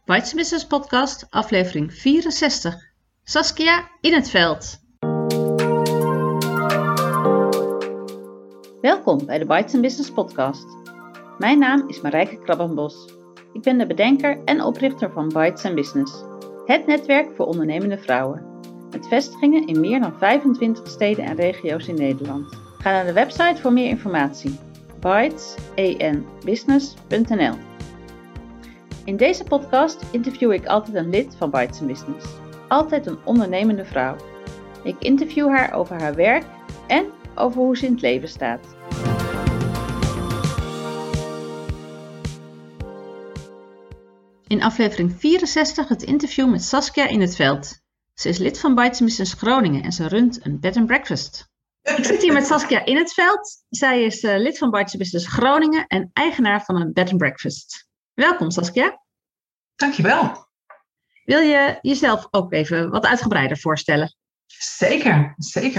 Bites Business Podcast, aflevering 64. Saskia in het veld. Welkom bij de Bites Business Podcast. Mijn naam is Marijke Krabbenbos. Ik ben de bedenker en oprichter van Bites Business, het netwerk voor ondernemende vrouwen. Met vestigingen in meer dan 25 steden en regio's in Nederland. Ga naar de website voor meer informatie: bitesbusiness.nl. In deze podcast interview ik altijd een lid van Bites Business. Altijd een ondernemende vrouw. Ik interview haar over haar werk en over hoe ze in het leven staat. In aflevering 64 het interview met Saskia in het veld. Ze is lid van Bites Business Groningen en ze runt een bed and breakfast. Ik zit hier met Saskia in het veld. Zij is lid van Bites Business Groningen en eigenaar van een bed and breakfast. Welkom Saskia. Dankjewel. Wil je jezelf ook even wat uitgebreider voorstellen? Zeker.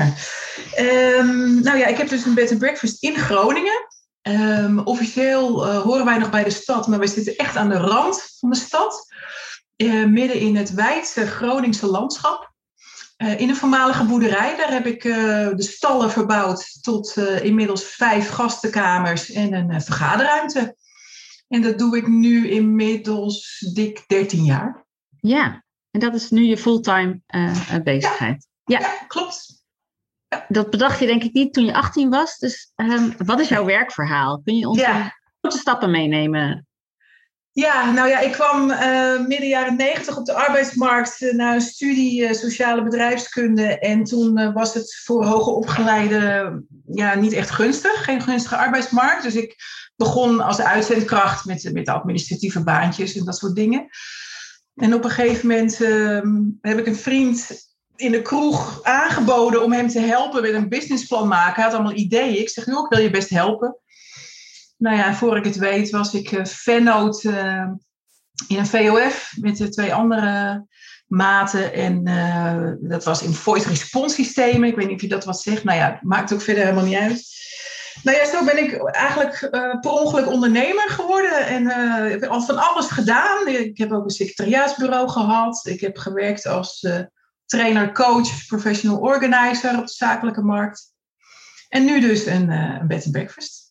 Ik heb dus een bed and breakfast in Groningen. Officieel horen wij nog bij de stad, maar wij zitten echt aan de rand van de stad. Midden in het wijdse Groningse landschap. In een voormalige boerderij, daar heb ik de stallen verbouwd tot inmiddels 5 gastenkamers en een vergaderruimte. En dat doe ik nu inmiddels dik 13 jaar. Ja, en dat is nu je fulltime bezigheid. Ja, klopt. Ja. Dat bedacht je denk ik niet toen je 18 was. Dus wat is jouw werkverhaal? Kun je ons grote stappen meenemen? Ja, ik kwam midden jaren 90 op de arbeidsmarkt naar een studie sociale bedrijfskunde. En toen was het voor hoger opgeleiden niet echt gunstig. Geen gunstige arbeidsmarkt. Dus ik begon als uitzendkracht met de administratieve baantjes en dat soort dingen. En op een gegeven moment heb ik een vriend in de kroeg aangeboden om hem te helpen met een businessplan maken. Hij had allemaal ideeën. Ik zeg, ik wil je best helpen. Voor ik het weet was ik vennoot in een VOF met de 2 andere maten. En dat was in voice response systemen. Ik weet niet of je dat wat zegt. Maakt ook verder helemaal niet uit. Zo ben ik eigenlijk per ongeluk ondernemer geworden. En ik heb al van alles gedaan. Ik heb ook een secretariaatsbureau gehad. Ik heb gewerkt als trainer, coach, professional organizer op de zakelijke markt. En nu dus een bed and breakfast.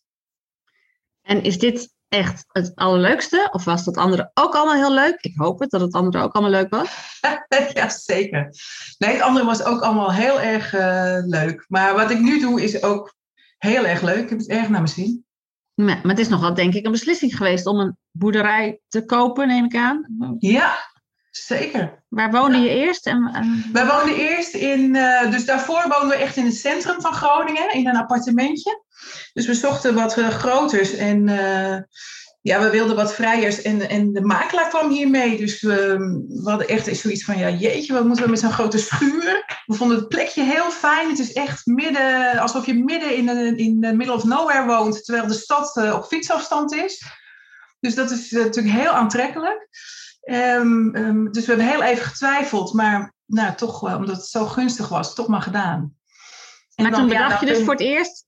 En is dit echt het allerleukste? Of was dat andere ook allemaal heel leuk? Ik hoop dat het andere ook allemaal leuk was. Ja, zeker. Nee, het andere was ook allemaal heel erg leuk. Maar wat ik nu doe is ook heel erg leuk. Ik heb het erg naar mijn zin. Maar het is nogal denk ik een beslissing geweest om een boerderij te kopen, neem ik aan. Ja, zeker. Waar woonde je eerst? Wij woonden eerst dus daarvoor woonden we echt in het centrum van Groningen, in een appartementje. Dus we zochten wat groters en we wilden wat vrijers. En de makelaar kwam hiermee. Dus we hadden echt zoiets van, jeetje, wat moeten we met zo'n grote schuur? We vonden het plekje heel fijn. Het is echt alsof je midden in the middle of nowhere woont, terwijl de stad op fietsafstand is. Dus dat is natuurlijk heel aantrekkelijk. Dus we hebben heel even getwijfeld, maar toch, omdat het zo gunstig was, toch maar gedaan. Maar toen bedacht je dus voor het eerst,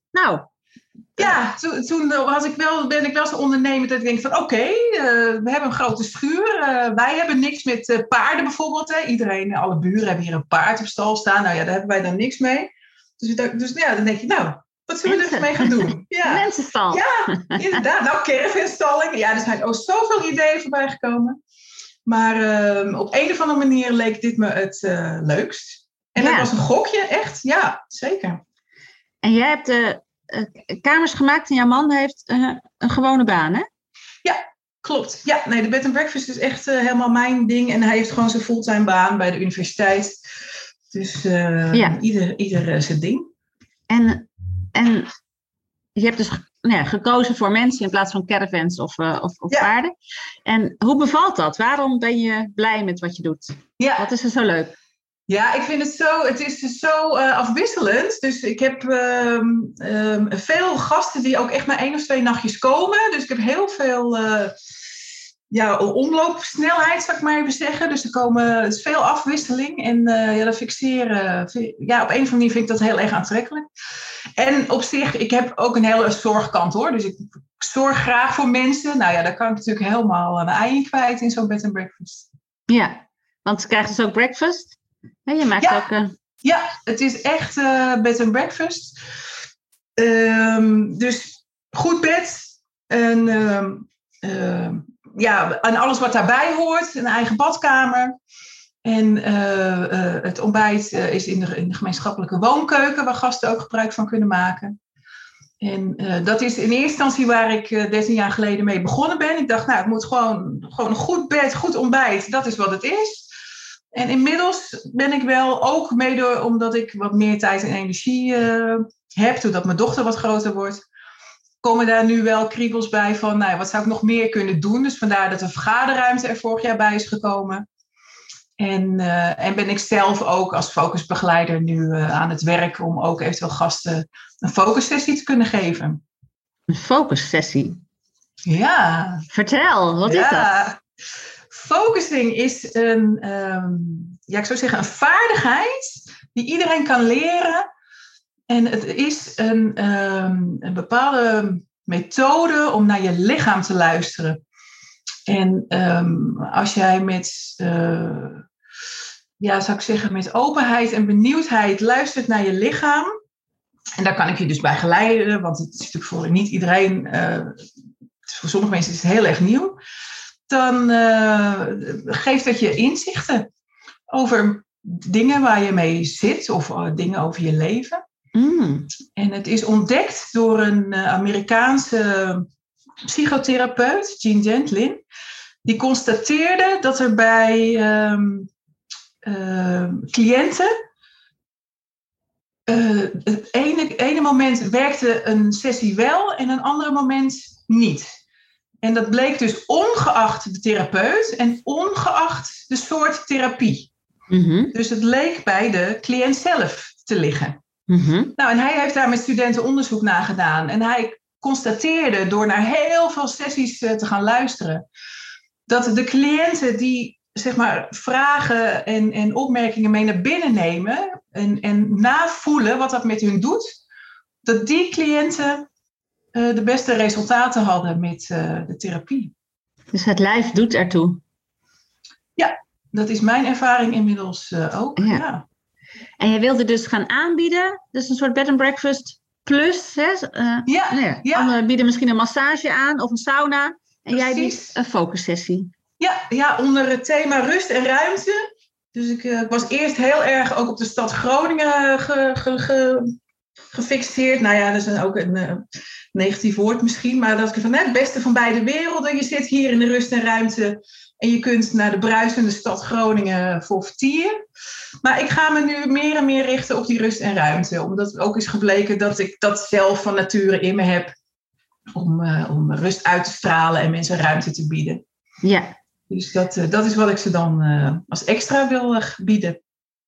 Ja, toen ben ik wel zo ondernemend dat ik denk van oké, we hebben een grote schuur. Wij hebben niks met paarden bijvoorbeeld. Alle buren hebben hier een paard op stal staan. Daar hebben wij dan niks mee. Dus dan denk je, wat zullen we ermee gaan doen? Ja. Mensenstal. Ja, inderdaad. Caravanstalling. Ja, er zijn ook zoveel ideeën voorbij gekomen. Maar op een of andere manier leek dit me het leukst. En dat was een gokje, echt. Ja, zeker. En jij hebt kamers gemaakt en jouw man heeft een gewone baan, hè? Ja, klopt. Ja, de bed and breakfast is echt helemaal mijn ding. En hij heeft gewoon zijn fulltime baan bij de universiteit. Dus ieder zijn ding. En je hebt dus gekozen voor mensen in plaats van caravans of paarden. En hoe bevalt dat? Waarom ben je blij met wat je doet? Ja. Wat is er zo leuk? Ja, ik vind het is zo afwisselend. Dus ik heb veel gasten die ook echt maar 1 of 2 nachtjes komen. Dus ik heb heel veel omloopsnelheid, zou ik maar even zeggen. Dus het is veel afwisseling. En dat fixeren, op een of andere manier vind ik dat heel erg aantrekkelijk. En op zich, ik heb ook een hele zorgkant hoor. Dus ik zorg graag voor mensen. Nou ja, daar kan ik natuurlijk helemaal mijn ei in kwijt in zo'n bed and breakfast. Ja, want ze krijgen dus ook breakfast. Ja, je maakt ook... Ja, het is echt bed and breakfast. Dus goed bed. En en alles wat daarbij hoort. Een eigen badkamer. En het ontbijt is in de gemeenschappelijke woonkeuken, waar gasten ook gebruik van kunnen maken. En dat is in eerste instantie waar ik 13 jaar geleden mee begonnen ben. Ik dacht, het moet gewoon een goed bed, goed ontbijt, dat is wat het is. En inmiddels ben ik wel, ook mede omdat ik wat meer tijd en energie heb, doordat mijn dochter wat groter wordt, komen daar nu wel kriebels bij van, wat zou ik nog meer kunnen doen? Dus vandaar dat de vergaderruimte er vorig jaar bij is gekomen. En ben ik zelf ook als focusbegeleider nu aan het werk om ook eventueel gasten een focussessie te kunnen geven. Een focussessie? Ja. Vertel, wat is dat? Focusing is een vaardigheid die iedereen kan leren. En het is een bepaalde methode om naar je lichaam te luisteren. En als jij met met openheid en benieuwdheid luistert naar je lichaam. En daar kan ik je dus bij geleiden, want het is natuurlijk voor niet iedereen, voor sommige mensen is het heel erg nieuw. Dan geeft dat je inzichten over dingen waar je mee zit of dingen over je leven. En het is ontdekt door een Amerikaanse psychotherapeut, Gene Gentlin. Die constateerde dat er bij cliënten het ene moment werkte een sessie wel en een andere moment niet. En dat bleek dus ongeacht de therapeut en ongeacht de soort therapie. Mm-hmm. Dus het leek bij de cliënt zelf te liggen. Mm-hmm. En hij heeft daar met studenten onderzoek naar gedaan. En hij constateerde door naar heel veel sessies te gaan luisteren, dat de cliënten die vragen en opmerkingen mee naar binnen nemen en navoelen wat dat met hun doet, dat die cliënten de beste resultaten hadden met de therapie. Dus het lijf doet ertoe? Ja, dat is mijn ervaring inmiddels ook. Ja. En jij wilde dus gaan aanbieden, dus een soort bed and breakfast plus. Hè? Anderen bieden misschien een massage aan of een sauna. En precies. Jij biedt een focussessie. Ja, onder het thema rust en ruimte. Dus ik was eerst heel erg ook op de stad Groningen gefixeerd. Dat is dan ook een negatief woord misschien. Maar dat ik van het beste van beide werelden. Je zit hier in de rust en ruimte. En je kunt naar de bruisende stad Groningen voor vertieren. Maar ik ga me nu meer en meer richten op die rust en ruimte. Omdat ook is gebleken dat ik dat zelf van nature in me heb. Om rust uit te stralen en mensen ruimte te bieden. Ja. Dus dat is wat ik ze dan als extra wil bieden.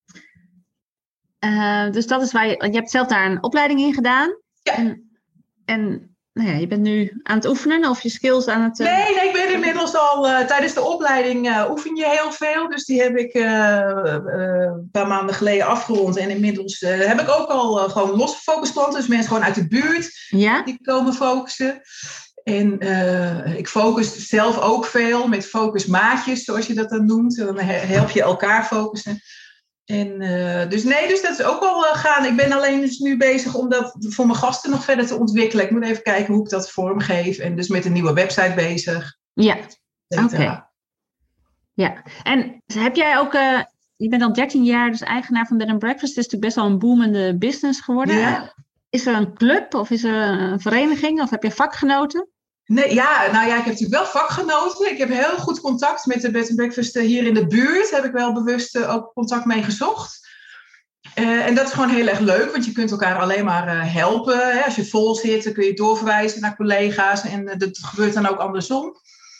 Dus dat is waar je hebt zelf daar een opleiding in gedaan. Ja. En je bent nu aan het oefenen of je skills aan het... Nee, ik ben inmiddels al tijdens de opleiding oefen je heel veel. Dus die heb ik een paar maanden geleden afgerond. En inmiddels heb ik ook al gewoon losse focusklanten. Dus mensen gewoon uit de buurt die komen focussen. En ik focus zelf ook veel met focusmaatjes, zoals je dat dan noemt. Dan help je elkaar focussen. En dus dat is ook wel gaan. Ik ben alleen dus nu bezig om dat voor mijn gasten nog verder te ontwikkelen. Ik moet even kijken hoe ik dat vormgeef. En dus met een nieuwe website bezig. Ja, oké. Ja, en heb jij ook... je bent al 13 jaar dus eigenaar van Bed and Breakfast. Het is natuurlijk best wel een boomende business geworden. Ja. Is er een club of is er een vereniging of heb je vakgenoten? Nee, ik heb natuurlijk wel vakgenoten. Ik heb heel goed contact met de Bed and Breakfast hier in de buurt. Heb ik wel bewust ook contact mee gezocht. En dat is gewoon heel erg leuk, want je kunt elkaar alleen maar helpen. Hè. Als je vol zit, dan kun je doorverwijzen naar collega's. En dat gebeurt dan ook andersom.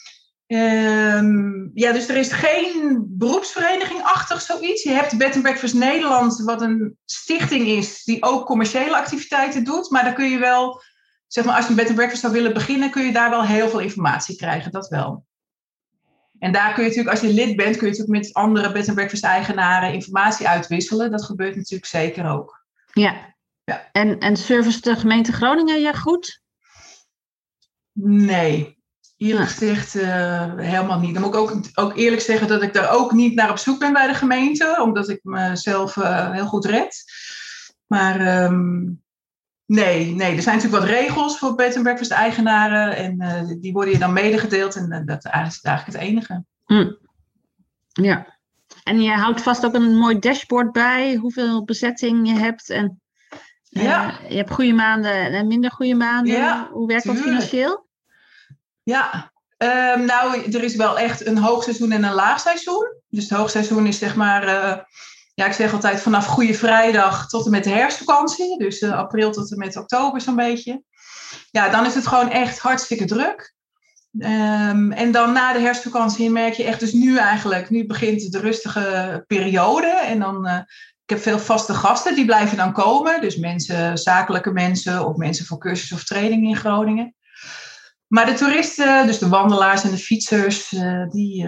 Dus er is geen beroepsvereniging-achtig zoiets. Je hebt Bed and Breakfast Nederland, wat een stichting is die ook commerciële activiteiten doet. Maar dan kun je wel... als je een bed and breakfast zou willen beginnen, kun je daar wel heel veel informatie krijgen, dat wel. En daar kun je natuurlijk, als je lid bent, kun je natuurlijk met andere bed and breakfast eigenaren informatie uitwisselen. Dat gebeurt natuurlijk zeker ook. Ja. En service de gemeente Groningen, ja goed? Nee, eerlijk gezegd helemaal niet. Dan moet ik ook eerlijk zeggen dat ik daar ook niet naar op zoek ben bij de gemeente. Omdat ik mezelf heel goed red. Maar nee, er zijn natuurlijk wat regels voor bed and breakfast eigenaren. En die worden je dan medegedeeld. En dat is eigenlijk het enige. Ja. En je houdt vast ook een mooi dashboard bij. Hoeveel bezetting je hebt. En je hebt goede maanden en minder goede maanden. Ja, hoe werkt dat financieel? Ja, nou, er is wel echt een hoogseizoen en een laagseizoen. Dus het hoogseizoen is zeg maar, ik zeg altijd vanaf Goede Vrijdag tot en met de herfstvakantie. Dus april tot en met oktober zo'n beetje. Ja, dan is het gewoon echt hartstikke druk. En dan na de herfstvakantie merk je echt, dus nu begint de rustige periode. En dan, ik heb veel vaste gasten, die blijven dan komen. Dus zakelijke mensen of mensen voor cursus of training in Groningen. Maar de toeristen, dus de wandelaars en de fietsers, die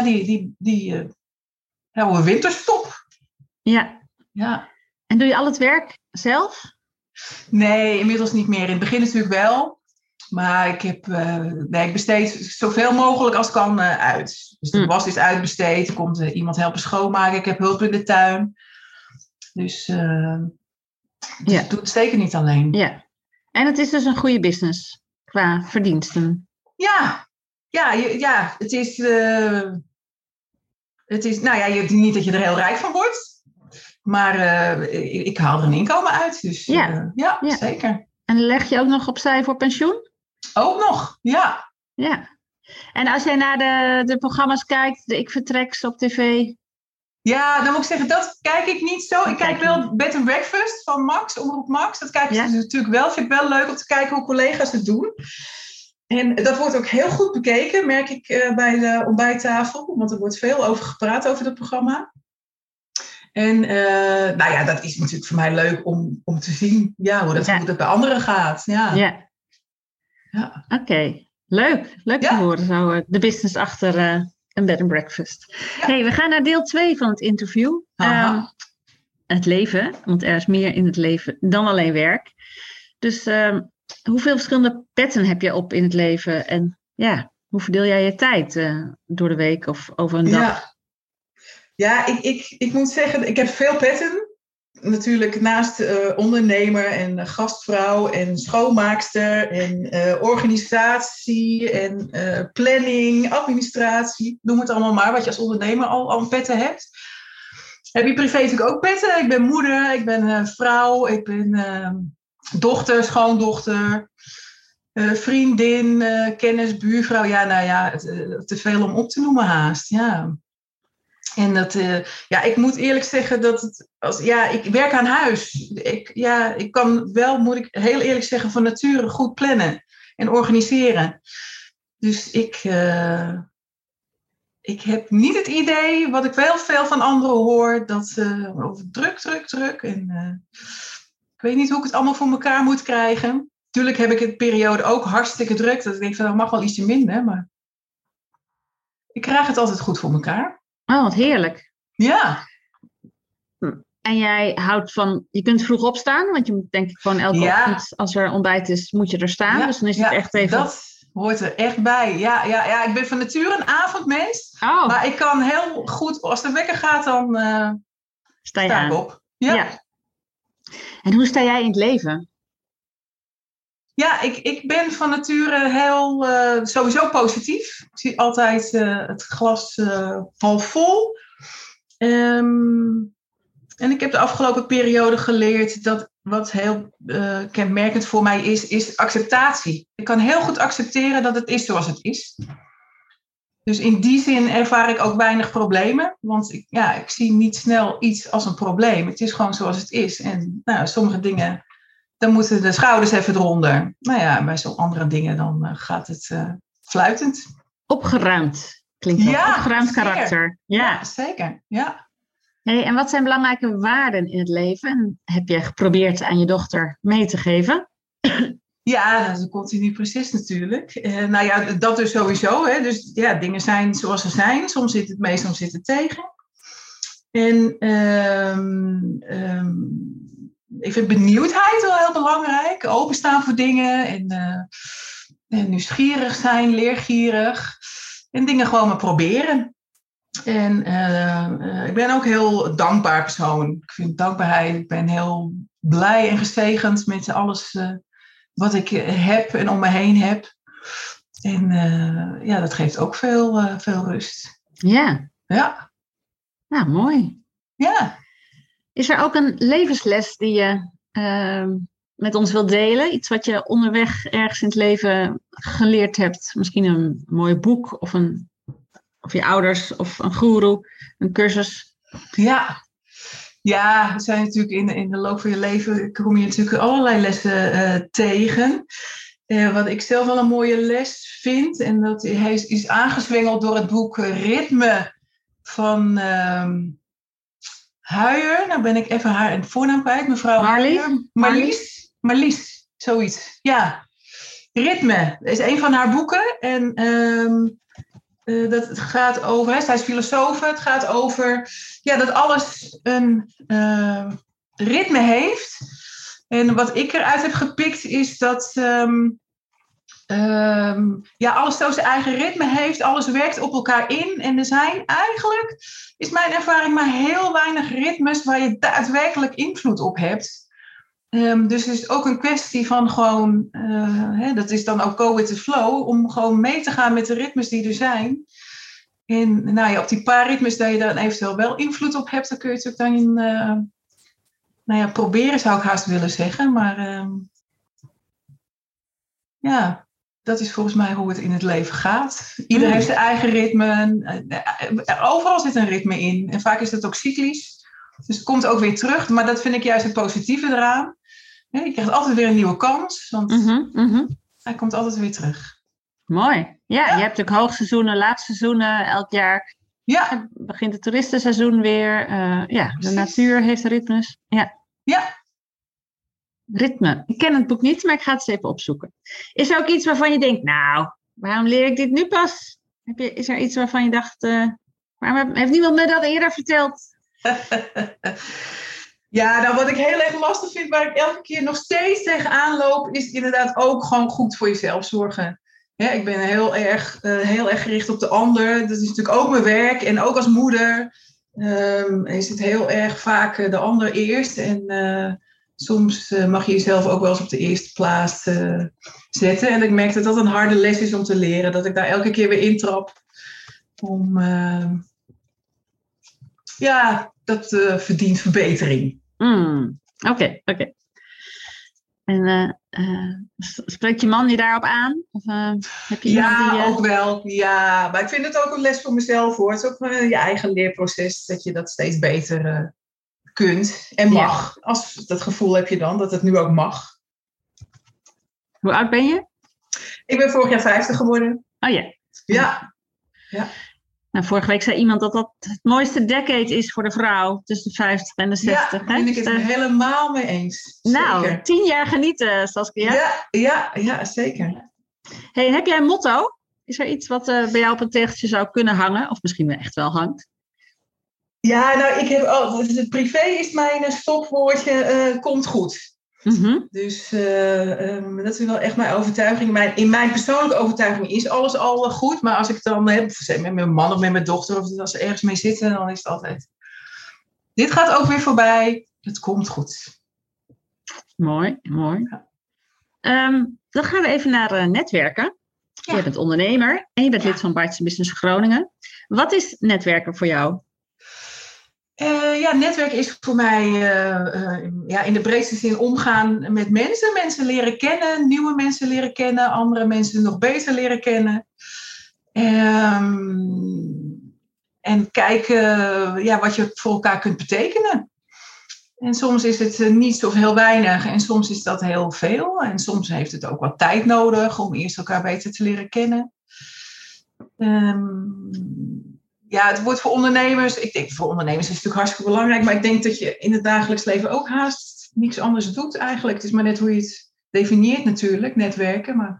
hebben winterstop. Ja. En doe je al het werk zelf? Nee, inmiddels niet meer. In het begin natuurlijk wel. Maar ik besteed zoveel mogelijk als kan uit. Dus de was is uitbesteed. Er komt iemand helpen schoonmaken. Ik heb hulp in de tuin. Dus ik doe het zeker niet alleen. Ja. En het is dus een goede business qua verdiensten. Ja, het is nou ja, niet dat je er heel rijk van wordt. Maar ik haal er een inkomen uit. Dus ja, zeker. En leg je ook nog opzij voor pensioen? Ook nog, ja. Ja. En als jij naar de programma's kijkt, de Ik Vertreks op tv? Ja, dan moet ik zeggen, dat kijk ik niet zo. Ik kijk wel Bed and Breakfast van Max, Omroep Max. Dat kijk ik natuurlijk wel. Vind ik wel leuk om te kijken hoe collega's het doen. En dat wordt ook heel goed bekeken, merk ik bij de ontbijttafel. Want er wordt veel over gepraat over het programma. En dat is natuurlijk voor mij leuk om te zien hoe dat bij anderen gaat. Ja. Oké. Leuk te horen. Zo, de business achter een bed and breakfast. Ja. Hey, we gaan naar deel 2 van het interview. Het leven, want er is meer in het leven dan alleen werk. Dus hoeveel verschillende petten heb je op in het leven? En hoe verdeel jij je tijd door de week of over een dag? Ja, ik moet zeggen, ik heb veel petten. Natuurlijk naast ondernemer en gastvrouw en schoonmaakster en organisatie en planning, administratie. Noem het allemaal maar, wat je als ondernemer al petten hebt. Heb je privé natuurlijk ook petten. Ik ben moeder, ik ben vrouw, ik ben dochter, schoondochter, vriendin, kennis, buurvrouw. Te veel om op te noemen haast, ja. En ik moet eerlijk zeggen dat ik werk aan huis. Ik kan wel, moet ik heel eerlijk zeggen, van nature goed plannen en organiseren. Dus ik heb niet het idee, wat ik wel veel van anderen hoor, dat over druk. En ik weet niet hoe ik het allemaal voor elkaar moet krijgen. Tuurlijk heb ik het periode ook hartstikke druk. Dat ik denk van, dat mag wel ietsje minder, maar ik krijg het altijd goed voor elkaar. Oh, wat heerlijk. Ja. En jij houdt van, je kunt vroeg opstaan, want je moet denk ik gewoon elke ochtend, als er ontbijt is, moet je er staan. Dus dan is het echt even... dat hoort er echt bij. Ja, ik ben van nature een avondmens. Oh. Maar ik kan heel goed, als de wekker gaat, dan sta ik op. Ja. En hoe sta jij in het leven? Ja, ik ben van nature heel sowieso positief. Ik zie altijd het glas half vol. En ik heb de afgelopen periode geleerd dat wat heel kenmerkend voor mij is acceptatie. Ik kan heel goed accepteren dat het is zoals het is. Dus in die zin ervaar ik ook weinig problemen. Want ik zie niet snel iets als een probleem. Het is gewoon zoals het is. En sommige dingen... Dan moeten de schouders even eronder. Bij zo'n andere dingen dan gaat het fluitend. Opgeruimd klinkt dat. Opgeruimd karakter. Ja, zeker. Ja. Hey, en wat zijn belangrijke waarden in het leven? En heb je geprobeerd aan je dochter mee te geven? Ja, dat is een continu proces natuurlijk. Dat dus sowieso. Hè. Dus dingen zijn zoals ze zijn. Soms zit het mee, soms zit het tegen. En... ik vind benieuwdheid wel heel belangrijk. Openstaan voor dingen. En En nieuwsgierig zijn, leergierig. En dingen gewoon maar proberen. En ik ben ook een heel dankbaar persoon. Ik vind dankbaarheid, ik ben heel blij en gezegend met alles wat ik heb en om me heen heb. En dat geeft ook veel rust. Ja. Ja. Nou, mooi. Ja. Is er ook een levensles die je met ons wilt delen? Iets wat je onderweg ergens in het leven geleerd hebt? Misschien een mooi boek of je ouders of een goeroe, een cursus? Ja, er zijn natuurlijk in de loop van je leven kom je natuurlijk allerlei lessen tegen. Wat ik zelf wel een mooie les vind, en dat is aangezwengeld door het boek Ritme van Huijer. Nou ben ik even haar voornaam kwijt, mevrouw Huijer. Marlies, zoiets. Ja, Ritme is een van haar boeken. En dat gaat over, zij is filosoof, het gaat over dat alles een ritme heeft. En wat ik eruit heb gepikt is dat alles zo zijn eigen ritme heeft, alles werkt op elkaar in. En er zijn eigenlijk, is mijn ervaring, maar heel weinig ritmes waar je daadwerkelijk invloed op hebt. Dus het is ook een kwestie van gewoon, dat is dan ook go with the flow, om gewoon mee te gaan met de ritmes die er zijn. En op die paar ritmes dat je dan eventueel wel invloed op hebt, dan kun je natuurlijk dan proberen, zou ik haast willen zeggen. Maar dat is volgens mij hoe het in het leven gaat. Iedereen heeft zijn eigen ritme. Overal zit een ritme in. En vaak is dat ook cyclisch. Dus het komt ook weer terug. Maar dat vind ik juist het positieve eraan. Je krijgt altijd weer een nieuwe kans. Want hij komt altijd weer terug. Mooi. Ja, je hebt natuurlijk hoogseizoenen, laagseizoenen elk jaar. Ja. Het begint het toeristenseizoen weer. De natuur heeft ritmes. Ja. Ritme. Ik ken het boek niet, maar ik ga het eens even opzoeken. Is er ook iets waarvan je denkt, nou, waarom leer ik dit nu pas? Is er iets waarvan je dacht, waarom heeft niemand me dat eerder verteld? Wat ik heel erg lastig vind, waar ik elke keer nog steeds tegenaan loop, is inderdaad ook gewoon goed voor jezelf zorgen. Ja, ik ben heel erg gericht op de ander. Dat is natuurlijk ook mijn werk. En ook als moeder is het heel erg vaak de ander eerst. En soms mag je jezelf ook wel eens op de eerste plaats zetten. En ik merk dat dat een harde les is om te leren. Dat ik daar elke keer weer intrap. Dat verdient verbetering. Oké. En spreekt je man je daarop aan? Of heb je iemand die... ook wel. Ja, maar ik vind het ook een les voor mezelf, hoor. Het is ook je eigen leerproces, dat je dat steeds beter kunt en mag. Ja. Als dat gevoel heb je dan, dat het nu ook mag. Hoe oud ben je? Ik ben vorig jaar 50 geworden. Oh ja. Ja. Nou, vorige week zei iemand dat het mooiste decade is voor de vrouw. Tussen de 50 en de 60. Ja, daar ben ik het helemaal mee eens. Nou, zeker. 10 jaar genieten, Saskia. Ja, zeker. Hey, heb jij een motto? Is er iets wat bij jou op een tegeltje zou kunnen hangen? Of misschien echt wel hangt? Ja, nou, ik heb het privé is mijn stopwoordje, komt goed. Mm-hmm. Dus dat is wel echt mijn overtuiging. In mijn persoonlijke overtuiging is alles al goed. Maar als ik dan heb, met mijn man of met mijn dochter, of als ze ergens mee zitten, dan is het altijd... Dit gaat ook weer voorbij. Het komt goed. Mooi. Ja. Dan gaan we even naar netwerken. Ja. Je bent ondernemer en je bent lid van Bites Business Groningen. Wat is netwerken voor jou? Netwerken is voor mij in de breedste zin omgaan met mensen. Mensen leren kennen, nieuwe mensen leren kennen, andere mensen nog beter leren kennen. En kijken wat je voor elkaar kunt betekenen. En soms is het niets of heel weinig en soms is dat heel veel. En soms heeft het ook wat tijd nodig om eerst elkaar beter te leren kennen. Het wordt voor ondernemers, ik denk voor ondernemers is het natuurlijk hartstikke belangrijk, maar ik denk dat je in het dagelijks leven ook haast niks anders doet eigenlijk. Het is maar net hoe je het definieert natuurlijk, netwerken. Maar...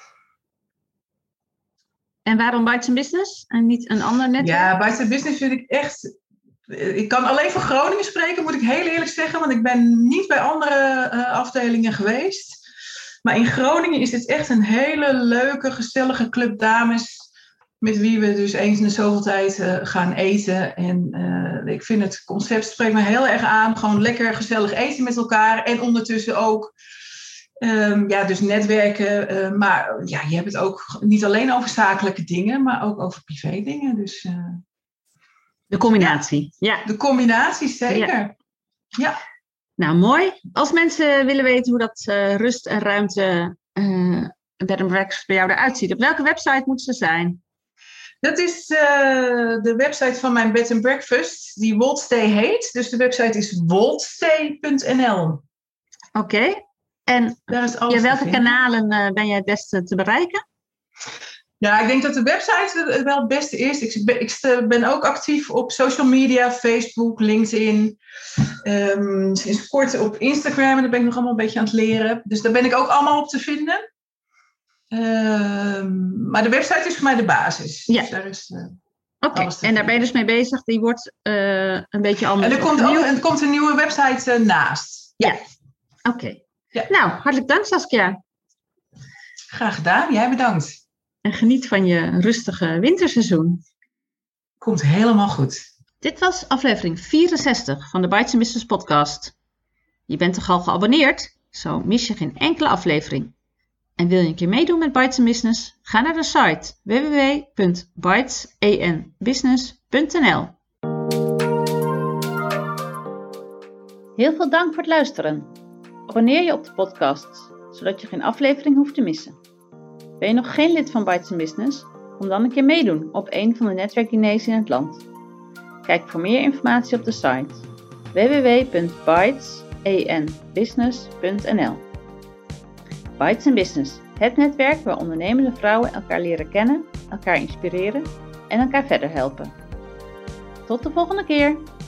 En waarom Bites Business en niet een ander netwerk? Ja, Bites Business vind ik echt... Ik kan alleen voor Groningen spreken, moet ik heel eerlijk zeggen, want ik ben niet bij andere afdelingen geweest. Maar in Groningen is het echt een hele leuke, gezellige club dames. Met wie we dus eens in de zoveel tijd gaan eten. En ik vind het concept spreekt me heel erg aan. Gewoon lekker gezellig eten met elkaar. En ondertussen ook dus netwerken. Maar ja, je hebt het ook niet alleen over zakelijke dingen. Maar ook over privé dingen. Dus, de combinatie. Ja. De combinatie, zeker. Ja. Nou, mooi. Als mensen willen weten hoe dat rust en ruimte bed and breakfast bij jou eruit ziet. Op welke website moet ze zijn? Dat is de website van mijn bed and breakfast, die Woldstay heet. Dus de website is woldstay.nl. Oké. En via welke kanalen ben jij het beste te bereiken? Ja, ik denk dat de website wel het beste is. Ik ben ook actief op social media, Facebook, LinkedIn. Sinds kort op Instagram. En daar ben ik nog allemaal een beetje aan het leren. Dus daar ben ik ook allemaal op te vinden. Maar de website is voor mij de basis. Ja. Dus daar is Oké, en daar ben je dus mee bezig. Die wordt een beetje anders. En er komt een nieuwe website naast. Ja. Oké. Ja. Nou, hartelijk dank Saskia. Graag gedaan. Jij bedankt. En geniet van je rustige winterseizoen. Komt helemaal goed. Dit was aflevering 64 van de Bites & Business podcast. Je bent toch al geabonneerd? Zo mis je geen enkele aflevering. En wil je een keer meedoen met Bites & Business? Ga naar de site www.bitesanbusiness.nl. Heel veel dank voor het luisteren. Abonneer je op de podcast, zodat je geen aflevering hoeft te missen. Ben je nog geen lid van Bites & Business? Kom dan een keer meedoen op een van de netwerkdiners in het land. Kijk voor meer informatie op de site www.bitesanbusiness.nl. Bites & Business, het netwerk waar ondernemende vrouwen elkaar leren kennen, elkaar inspireren en elkaar verder helpen. Tot de volgende keer!